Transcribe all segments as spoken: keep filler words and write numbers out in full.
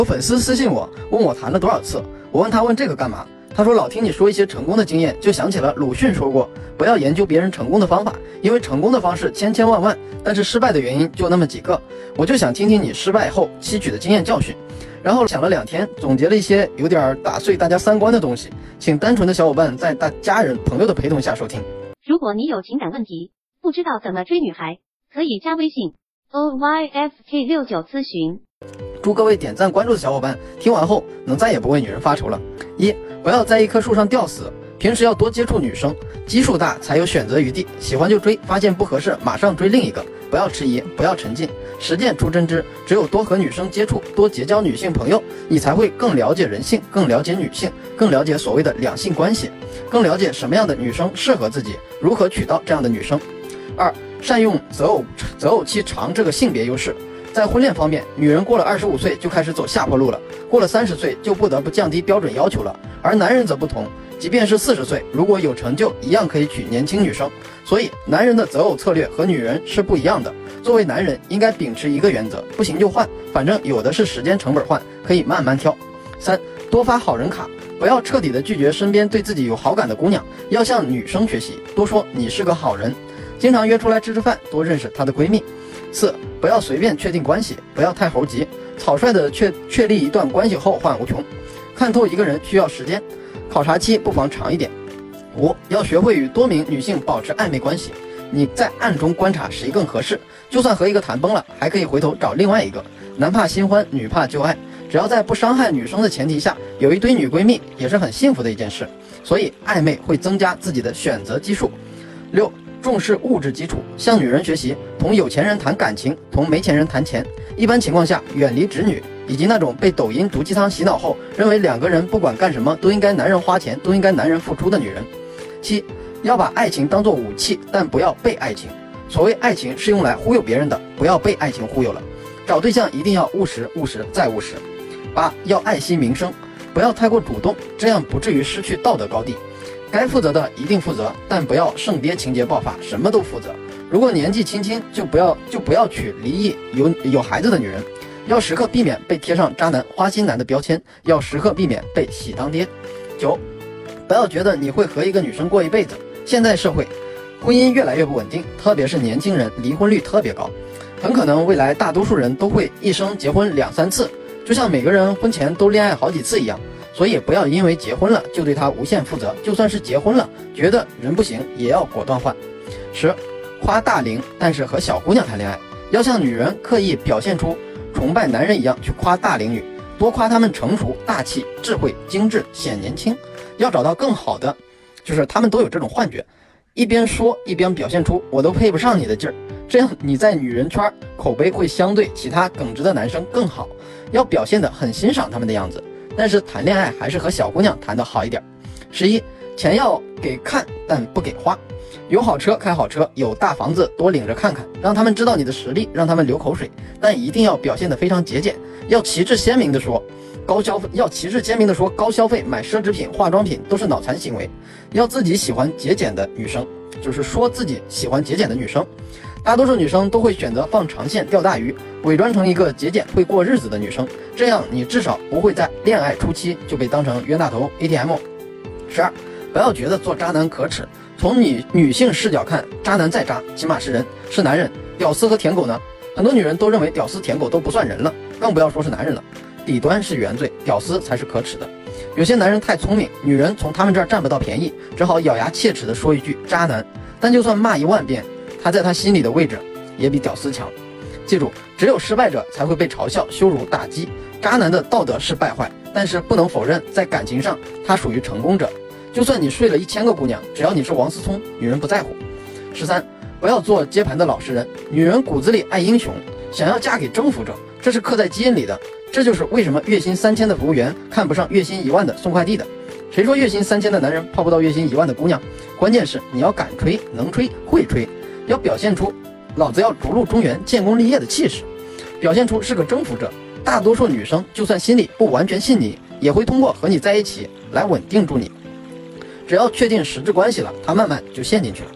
有粉丝私信我，问我谈了多少次，我问他问这个干嘛？他说老听你说一些成功的经验，就想起了鲁迅说过，不要研究别人成功的方法，因为成功的方式千千万万，但是失败的原因就那么几个。我就想听听你失败后吸取的经验教训。然后想了两天，总结了一些有点打碎大家三观的东西，请单纯的小伙伴在大家人朋友的陪同下收听。 如果你有情感问题，不知道怎么追女孩，可以加微信 O Y F K 六九咨询。 祝各位点赞关注的小伙伴听完后能再也不为女人发愁了。一，不要在一棵树上吊死，平时要多接触女生，基数大才有选择余地，喜欢就追，发现不合适马上追另一个，不要迟疑，不要沉浸，实践出真知。只有多和女生接触，多结交女性朋友，你才会更了解人性，更了解女性，更了解所谓的两性关系，更了解什么样的女生适合自己，如何娶到这样的女生。二，善用择偶择偶期长这个性别优势。在婚恋方面，女人过了二十五岁就开始走下坡路了，过了三十岁就不得不降低标准要求了，而男人则不同，即便是四十岁，如果有成就，一样可以娶年轻女生。所以男人的择偶策略和女人是不一样的。作为男人应该秉持一个原则，不行就换，反正有的是时间成本换，可以慢慢挑。三，多发好人卡，不要彻底的拒绝身边对自己有好感的姑娘，要向女生学习，多说你是个好人，经常约出来吃吃饭，多认识她的闺蜜。四，不要随便确定关系，不要太猴急，草率的确确立一段关系后患无穷。看透一个人需要时间，考察期不妨长一点。五，要学会与多名女性保持暧昧关系，你在暗中观察谁更合适，就算和一个谈崩了，还可以回头找另外一个。男怕新欢，女怕旧爱，只要在不伤害女生的前提下，有一堆女闺蜜也是很幸福的一件事。所以暧昧会增加自己的选择基数。六，重视物质基础，向女人学习，同有钱人谈感情，同没钱人谈钱。一般情况下，远离直女，以及那种被抖音毒鸡汤洗脑后，认为两个人不管干什么都应该男人花钱，都应该男人付出的女人。七，要把爱情当作武器，但不要被爱情。所谓爱情是用来忽悠别人的，不要被爱情忽悠了。找对象一定要务实，务实再务实。八，要爱惜名声，不要太过主动，这样不至于失去道德高地。该负责的一定负责，但不要圣爹情节爆发，什么都负责。如果年纪轻轻，就不要就不要娶离异有有孩子的女人，要时刻避免被贴上渣男、花心男的标签，要时刻避免被喜当爹。九，不要觉得你会和一个女生过一辈子。现在社会，婚姻越来越不稳定，特别是年轻人，离婚率特别高，很可能未来大多数人都会一生结婚两三次，就像每个人婚前都恋爱好几次一样。所以不要因为结婚了就对他无限负责，就算是结婚了觉得人不行也要果断换。十，夸大龄但是和小姑娘谈恋爱，要像女人刻意表现出崇拜男人一样去夸大龄女，多夸她们成熟、大气、智慧、精致、显年轻。要找到更好的，就是他们都有这种幻觉，一边说一边表现出我都配不上你的劲儿，这样你在女人圈口碑会相对其他耿直的男生更好。要表现得很欣赏他们的样子，但是谈恋爱还是和小姑娘谈得好一点。十一，钱要给看但不给花，有好车开好车，有大房子多领着看看，让他们知道你的实力，让他们流口水，但一定要表现得非常节俭，要旗帜鲜明的说高消费，要旗帜鲜明的说高消费买奢侈品、化妆品都是脑残行为，要自己喜欢节俭的女生，就是说自己喜欢节俭的女生。大多数女生都会选择放长线钓大鱼，伪装成一个节俭会过日子的女生，这样你至少不会在恋爱初期就被当成冤大头 A T M。 十二，不要觉得做渣男可耻，从女女性视角看，渣男再渣起码是人，是男人。屌丝和舔狗呢，很多女人都认为屌丝舔狗都不算人了，更不要说是男人了。底端是原罪，屌丝才是可耻的。有些男人太聪明，女人从他们这儿占不到便宜，只好咬牙切齿地说一句渣男，但就算骂一万遍，他在他心里的位置也比屌丝强。记住，只有失败者才会被嘲笑、羞辱、打击。渣男的道德是败坏，但是不能否认，在感情上他属于成功者。就算你睡了一千个姑娘，只要你是王思聪，女人不在乎。十三，不要做接盘的老实人。女人骨子里爱英雄，想要嫁给征服者，这是刻在基因里的。这就是为什么月薪三千的服务员看不上月薪一万的送快递的。谁说月薪三千的男人泡不到月薪一万的姑娘？关键是你要敢吹、能吹、会吹，要表现出老子要逐鹿中原、建功立业的气势，表现出是个征服者。大多数女生就算心里不完全信你，也会通过和你在一起来稳定住你。只要确定实质关系了，她慢慢就陷进去了。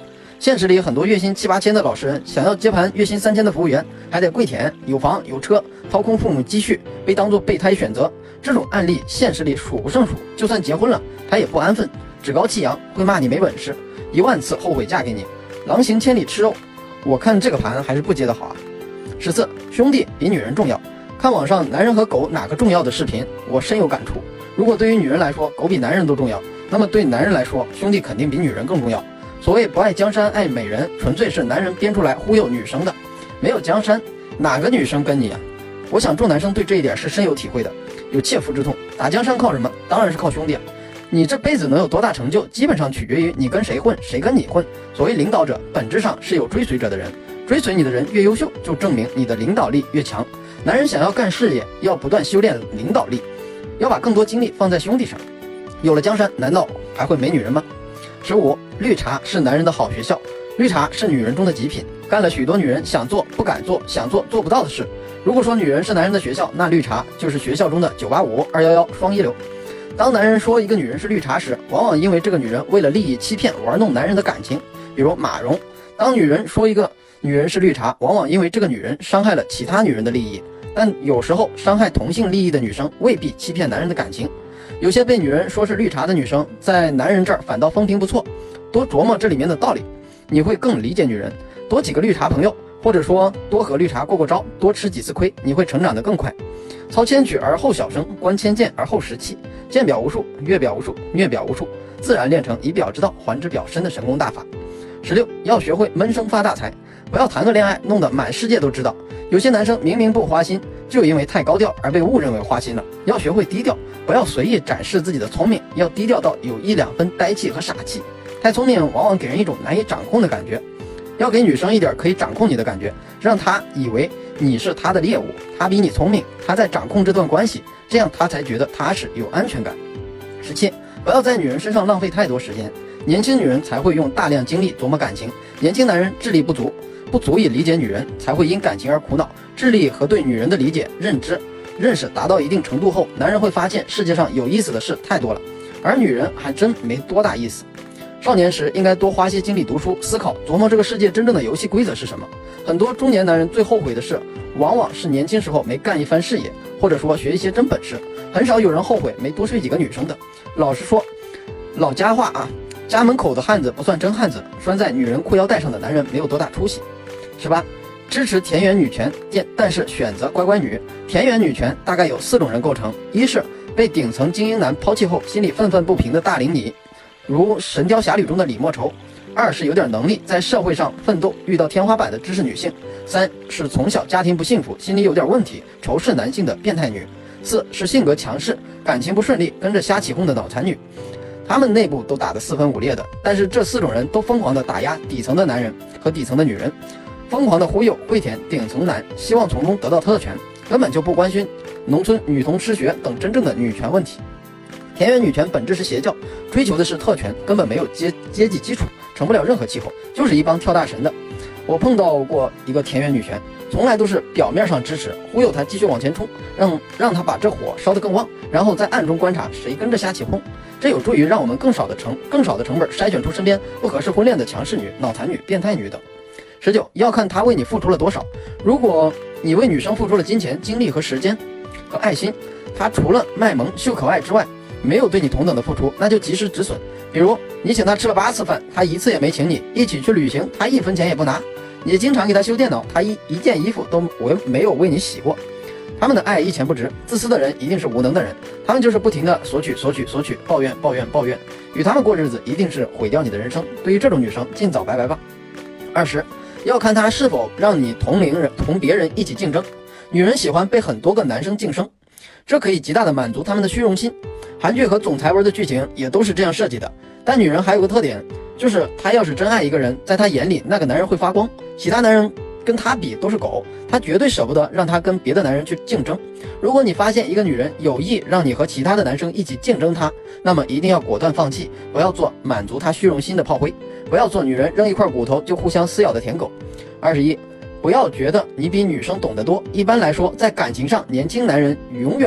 现实里很多月薪七八千的老实人，想要接盘月薪三千的服务员，还得跪舔，有房有车，掏空父母积蓄，被当作备胎选择。这种案例现实里数不胜数，就算结婚了，他也不安分，趾高气扬，会骂你没本事，一万次后悔嫁给你，狼行千里吃肉。我看这个盘还是不接的好啊。十四，兄弟比女人重要。看网上男人和狗哪个重要的视频，我深有感触。如果对于女人来说，狗比男人都重要，那么对男人来说，兄弟肯定比女人更重要。所谓不爱江山爱美人，纯粹是男人编出来忽悠女生的。没有江山，哪个女生跟你啊？我想众男生对这一点是深有体会的，有切肤之痛。打江山靠什么？当然是靠兄弟啊！你这辈子能有多大成就，基本上取决于你跟谁混，谁跟你混。所谓领导者，本质上是有追随者的人，追随你的人越优秀，就证明你的领导力越强。男人想要干事业，要不断修炼领导力，要把更多精力放在兄弟上。有了江山，难道还会没女人吗？十五，绿茶是男人的好学校，绿茶是女人中的极品，干了许多女人想做不敢做，想做做不到的事。如果说女人是男人的学校，那绿茶就是学校中的九八五、二一一双一流。当男人说一个女人是绿茶时，往往因为这个女人为了利益欺骗玩弄男人的感情，比如马蓉。当女人说一个女人是绿茶，往往因为这个女人伤害了其他女人的利益。但有时候伤害同性利益的女生未必欺骗男人的感情。有些被女人说是绿茶的女生，在男人这儿反倒风评不错。多琢磨这里面的道理，你会更理解女人。多几个绿茶朋友，或者说多和绿茶过过招，多吃几次亏，你会成长得更快。操千曲而后小声，观千剑而后识器，见表无数，阅表无数，虐表无数，自然练成以表之道还之表身的神功大法。十六，要学会闷声发大财，不要谈个恋爱弄得满世界都知道。有些男生明明不花心，就因为太高调而被误认为花心了。要学会低调，不要随意展示自己的聪明，要低调到有一两分呆气和傻气。太聪明往往给人一种难以掌控的感觉，要给女生一点可以掌控你的感觉，让她以为你是她的猎物，她比你聪明，她在掌控这段关系，这样她才觉得踏实有安全感。十七，不要在女人身上浪费太多时间。年轻女人才会用大量精力琢磨感情，年轻男人智力不足，不足以理解女人，才会因感情而苦恼。智力和对女人的理解、认知、认识达到一定程度后，男人会发现世界上有意思的事太多了，而女人还真没多大意思。少年时应该多花些精力读书、思考、琢磨这个世界真正的游戏规则是什么。很多中年男人最后悔的事，往往是年轻时候没干一番事业，或者说学一些真本事。很少有人后悔没多睡几个女生的。老实说，老家话啊，家门口的汉子不算真汉子，拴在女人裤腰带上的男人没有多大出息。十八，支持田园女权，但是选择乖乖女。田园女权大概有四种人构成：一是被顶层精英男抛弃后心里愤愤不平的大龄女，如《神雕侠侣》中的李莫愁；二是有点能力，在社会上奋斗遇到天花板的知识女性；三是从小家庭不幸福，心里有点问题，仇视男性的变态女；四是性格强势，感情不顺利，跟着瞎起哄的脑残女。他们内部都打得四分五裂的，但是这四种人都疯狂地打压底层的男人和底层的女人，疯狂地忽悠跪舔顶层男，希望从中得到特权，根本就不关心农村女童失学等真正的女权问题。田园女权本质是邪教，追求的是特权，根本没有阶阶级基础，成不了任何气候，就是一帮跳大神的。我碰到过一个田园女权，从来都是表面上支持，忽悠她继续往前冲，让让她把这火烧得更旺，然后在暗中观察谁跟着瞎起哄。这有助于让我们更少的成更少的成本筛选出身边不合适婚恋的强势女、脑残女、变态女等。十九，要看她为你付出了多少。如果你为女生付出了金钱、精力和时间和爱心，她除了卖萌秀可爱之外，没有对你同等的付出，那就及时止损。比如你请她吃了八次饭，她一次也没请你；一起去旅行，她一分钱也不拿；你经常给她修电脑，她一一件衣服都我没有为你洗过。他们的爱一钱不值，自私的人一定是无能的人，他们就是不停的索取索取索取，抱怨抱怨抱怨，与他们过日子一定是毁掉你的人生。对于这种女生，尽早拜拜吧。二十，要看她是否让你同龄人同别人一起竞争。女人喜欢被很多个男生竞争，这可以极大的满足他们的虚荣心。韩剧和总裁文的剧情也都是这样设计的。但女人还有个特点，就是她要是真爱一个人，在她眼里那个男人会发光，其他男人跟她比都是狗，她绝对舍不得让她跟别的男人去竞争。如果你发现一个女人有意让你和其他的男生一起竞争她，那么一定要果断放弃，不要做满足她虚荣心的炮灰，不要做女人扔一块骨头就互相撕咬的舔狗。二十一，不要觉得你比女生懂得多。一般来说，在感情上，年轻男人永远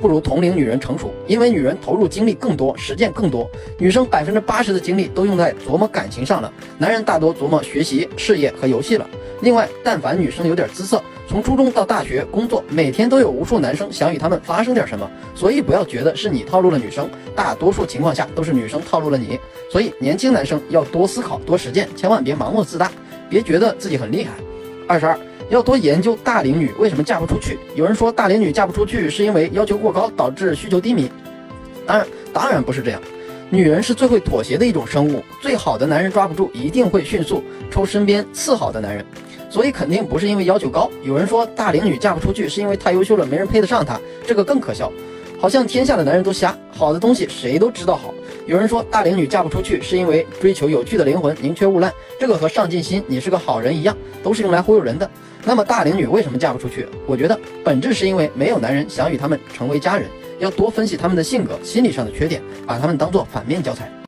不如同龄女人成熟，因为女人投入精力更多，实践更多。女生百分之八十的精力都用在琢磨感情上了，男人大多琢磨学习、事业和游戏了。另外，但凡女生有点姿色，从初中到大学工作，每天都有无数男生想与她们发生点什么，所以不要觉得是你套路了女生，大多数情况下都是女生套路了你。所以年轻男生要多思考、多实践，千万别盲目自大，别觉得自己很厉害。二十二，要多研究大龄女为什么嫁不出去。有人说大龄女嫁不出去是因为要求过高导致需求低迷，当然当然不是这样。女人是最会妥协的一种生物，最好的男人抓不住，一定会迅速抽身边次好的男人，所以肯定不是因为要求高。有人说大龄女嫁不出去是因为太优秀了，没人配得上她，这个更可笑，好像天下的男人都瞎，好的东西谁都知道好。有人说大龄女嫁不出去是因为追求有趣的灵魂，宁缺毋滥，这个和上进心你是个好人一样，都是用来忽悠人的。那么大龄女为什么嫁不出去？我觉得本质是因为没有男人想与她们成为家人，要多分析她们的性格、心理上的缺点，把她们当作反面教材。